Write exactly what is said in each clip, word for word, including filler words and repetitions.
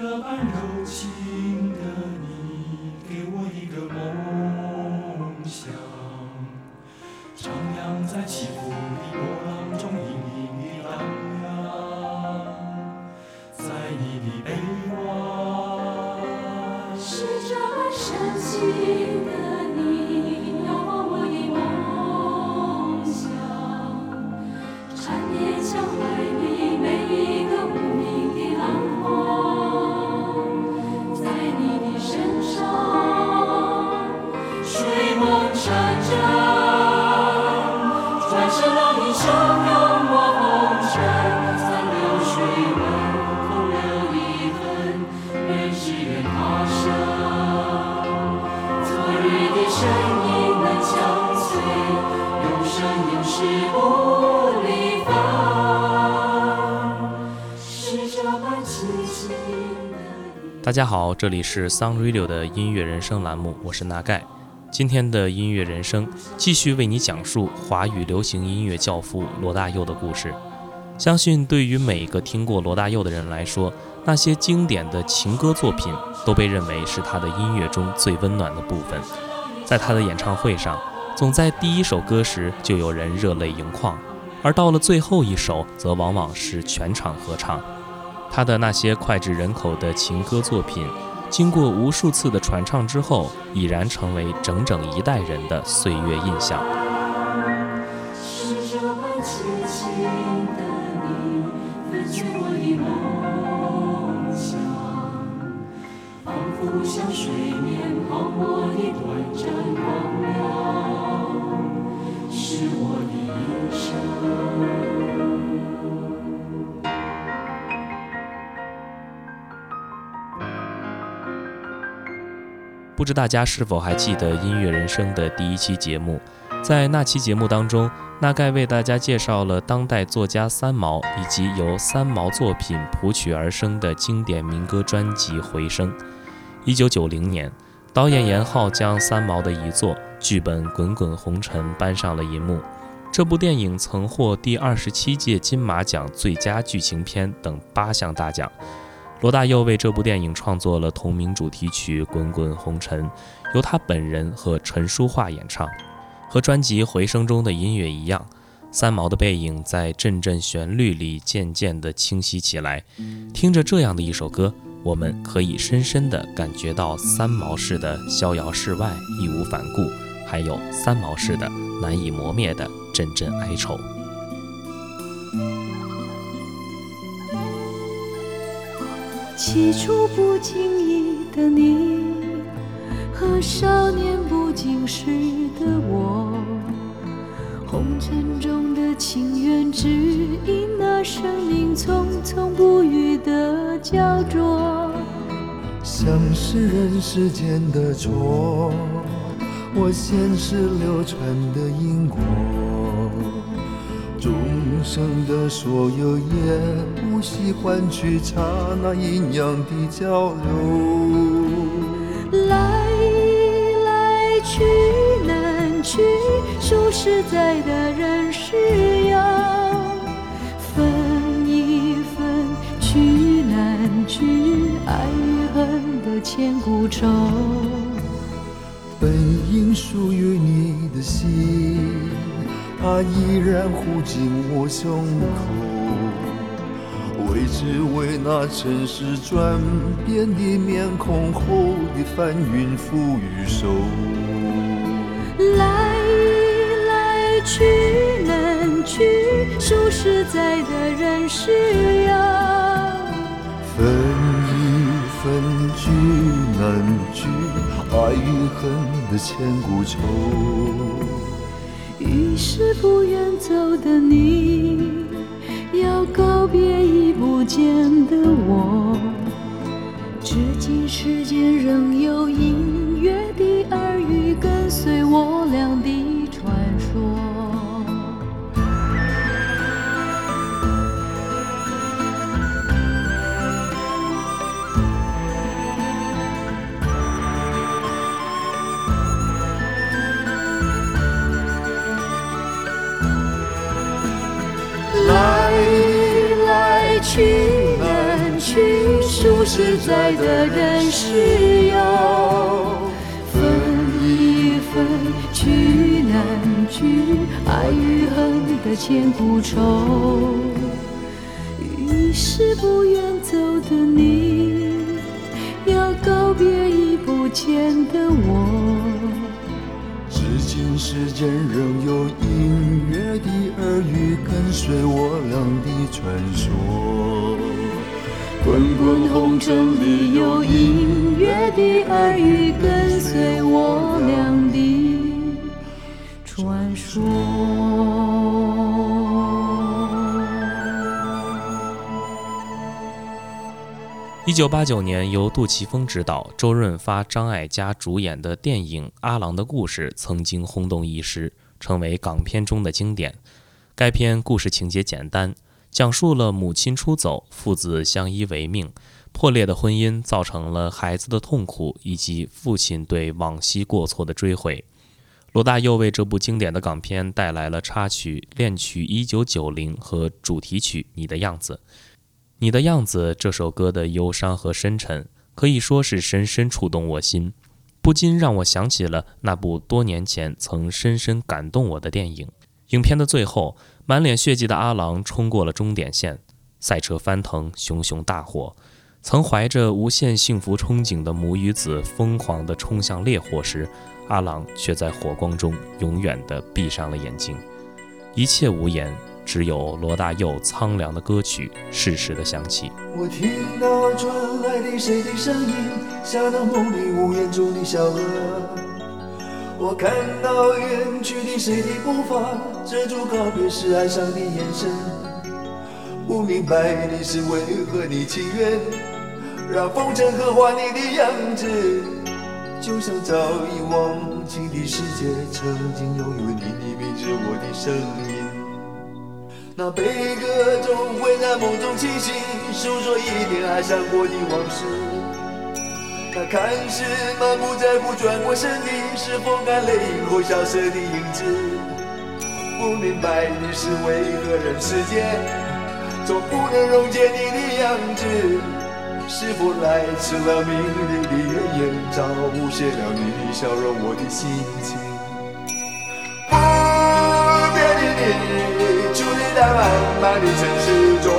这般柔情的你，给我一个梦想，徜徉在起伏的波浪中，隐隐的荡漾，在你的臂弯。 是这般深情的你，遥望我的梦想，缠绵像怀里每一个无名的浪花，在你的身上睡梦成真，转身浪影汹涌我红尘，残留水纹，空留遗恨，愿只愿他生，昨日的身影能相随，永生永世不离分，是这般凄情的你。 大家好，这里是 Sound Radio 的音乐人生栏目，我是纳盖。今天的音乐人生继续为你讲述华语流行音乐教父罗大佑的故事。相信对于每个听过罗大佑的人来说，那些经典的情歌作品都被认为是他的音乐中最温暖的部分。在他的演唱会上，总在第一首歌时就有人热泪盈眶，而到了最后一首则往往是全场合唱。他的那些脍炙人口的情歌作品，经过无数次的传唱之后，已然成为整整一代人的岁月印象。 是这般凄情的你，分解我的梦想，仿佛像水面泡沫的短暂光亮，是我的一生。 不知大家是否还记得音乐人生的第一期节目？在那期节目当中，纳盖为大家介绍了当代作家三毛以及由三毛作品谱曲而生的经典民歌专辑《回声》。一九九零年，导演严浩将三毛的遗作剧本《滚滚红尘》搬上了银幕。这部电影曾获第二十七届金马奖最佳剧情片等八项大奖。罗大佑为这部电影创作了同名主题曲《滚滚红尘》，由他本人和陈淑桦演唱。和专辑《回声》中的音乐一样，三毛的背影在阵阵旋律里渐渐地清晰起来。听着这样的一首歌，我们可以深深地感觉到三毛式的逍遥世外义无反顾，还有三毛式的难以磨灭的阵阵哀愁。 起初不经意的你，和少年不经事的我，红尘中的情缘，只因那生命匆匆不语的焦灼。 像是人世间的错，我前世流传的因果，众生的所有也不惜换取刹那阴阳的交流。 来来去难去，说实在的人是要分一分，去难去，爱与恨的千古愁。 本应属于你的心，它依然护紧我胸口，为只为那尘世转变的面孔后的翻云覆雨手。 来来去难去，说实在的人是要分一分，聚难聚，爱与恨的千古愁。 于是不愿走的你，要告别已不见的我，至今世间仍有隐约的耳语跟随我俩的传说。 来来去难去， 数实在的人是有，分一分，聚难聚，爱与恨的千古愁。于是不愿走的你，要告别已不见的我。 至今世间仍有隐约的耳语跟随我俩的传说， 滚滚红尘里有隐约的耳语跟随我俩的传说。 一九八九年，由杜琪峰执导、周润发、张艾嘉主演的电影《阿郎的故事》曾经轰动一时，成为港片中的经典。该片故事情节简单，讲述了母亲出走，父子相依为命，破裂的婚姻造成了孩子的痛苦，以及父亲对往昔过错的追悔。罗大佑为这部经典的港片带来了插曲《恋曲一九九零》和主题曲《你的样子》。你的样子这首歌的忧伤和深沉，可以说是深深触动我心，不禁让我想起了那部多年前曾深深感动我的电影。影片的最后，满脸血迹的阿郎冲过了终点线，赛车翻腾，熊熊大火。曾怀着无限幸福憧憬的母与子疯狂地冲向烈火时，阿郎却在火光中永远地闭上了眼睛，一切无言，只有罗大佑苍凉的歌曲适时的响起。 我听到传来的谁的声音，像那梦里无言中的小河。我看到远去的谁的步伐，遮住告别时哀伤的眼神。不明白你是为何你情愿让风尘刻画你的样子，就像早已忘情的世界曾经拥有你的名字，我的声音。那悲歌总会在梦中清醒，诉说一点爱上过的往事。那看似满不在乎转过身的，是风干泪影后消失的影子。不明白你是为何人世间总不能溶解你的样子，是否来迟了明丽的月颜，早无谢了你的笑容，我的心情。不变的你，伫立在茫茫的城市中，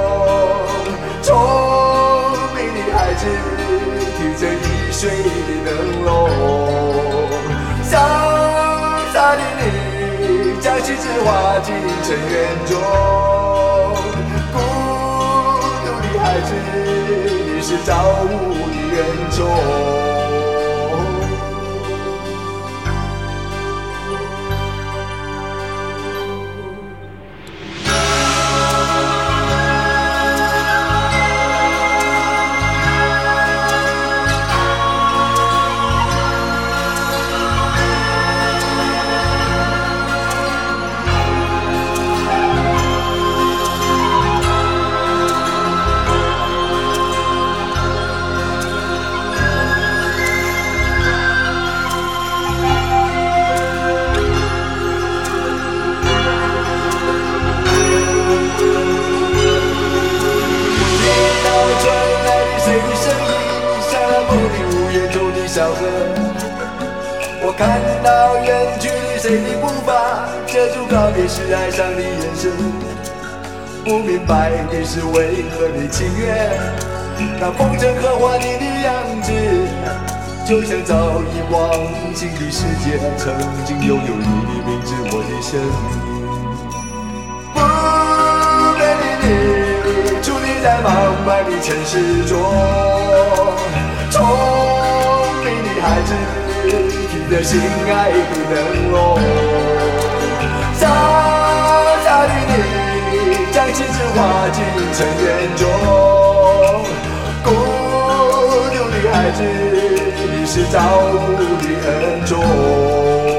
聪明的孩子提着易碎的灯笼，潇洒的你将旗帜划进尘缘中，孤独的孩子，你是造物的恩宠。我看到远去的谁的步伐，遮住告别时哀伤的眼神。不明白你是为何你情愿让风尘刻画你的样子，就像早已忘情的世界曾经拥有你的名字，我的声音。不变的你，伫立在茫茫的城市中，聪明的孩子提着心爱的灯笼，傻傻的你将旗帜划进尘缘中，孤独的孩子，你是造物的恩宠。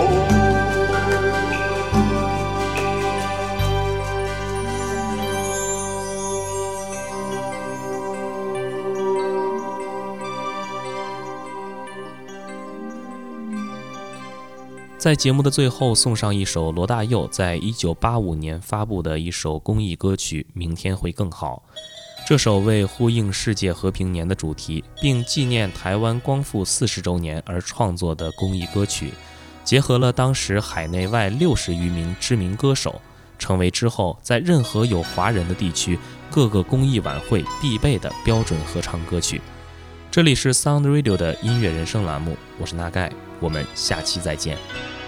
在节目的最后送上一首罗大佑在一九八五年发布的一首公益歌曲《明天会更好》。 这首为呼应世界和平年的主题，并纪念台湾光复四十周年而创作的公益歌曲，结合了当时海内外六十余名知名歌手，成为之后在任何有华人的地区各个公益晚会必备的标准合唱歌曲。这里是 Sound Radio 的音乐人生栏目，我是纳盖，我们下期再见。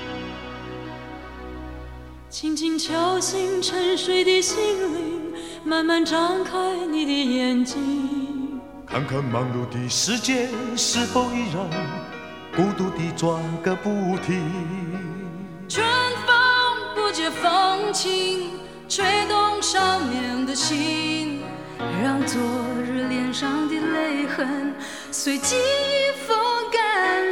轻轻敲醒沉睡的心灵，慢慢张开你的眼睛， 看看忙碌的世界是否依然孤独地转个不停。 春风不解风情，吹动少年的心，让昨日脸上的泪痕随记忆风干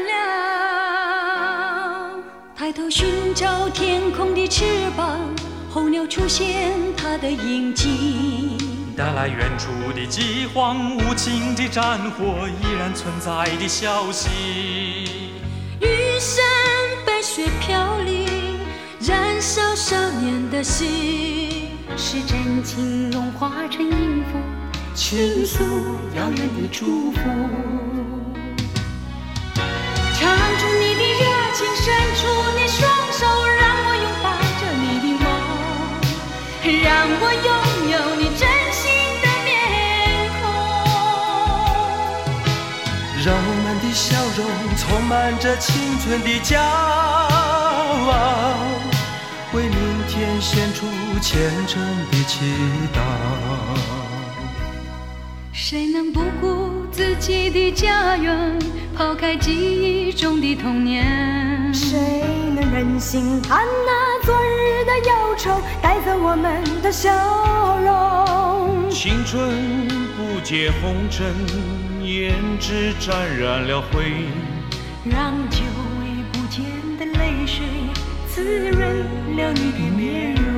了。抬头寻找天空的翅膀，候鸟出现它的影迹， 带来远处的饥荒，无情的战火依然存在的消息。 雨伞被雪飘零，燃烧少年的心， 是真情融化成音符，倾诉遥远的祝福。 唱出你的热情，伸出你双手，让我拥抱着你的梦，让我拥有你真心的面孔， 让我们的笑容充满着青春的骄傲，为明天献出虔诚的祈祷。 谁能不顾自己的家园，抛开记忆中的童年？ 谁能忍心看那昨日的忧愁带走我们的笑容？ 青春不解红尘，胭脂沾染了灰， 让久违不见的泪水滋润了你的面容。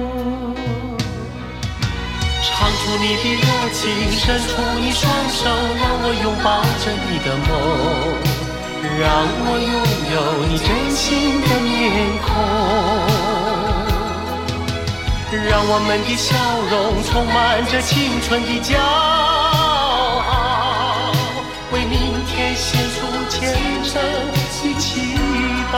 唱出你的热情，伸出你双手，让我拥抱着你的梦，让我拥有你真心的面孔，让我们的笑容充满着青春的骄傲，为明天献出虔诚的祈祷。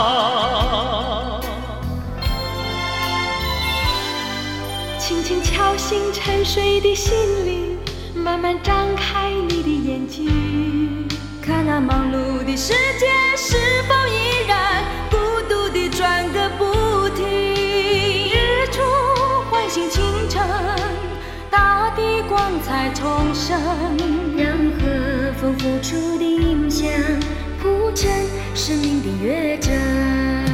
轻轻敲醒沉睡的心灵，慢慢张开你的眼睛，看那忙碌的世界是否依然孤独地转个不停。日出唤醒清晨，大地光彩重生， 让和风付出的影响铺成生命的乐章。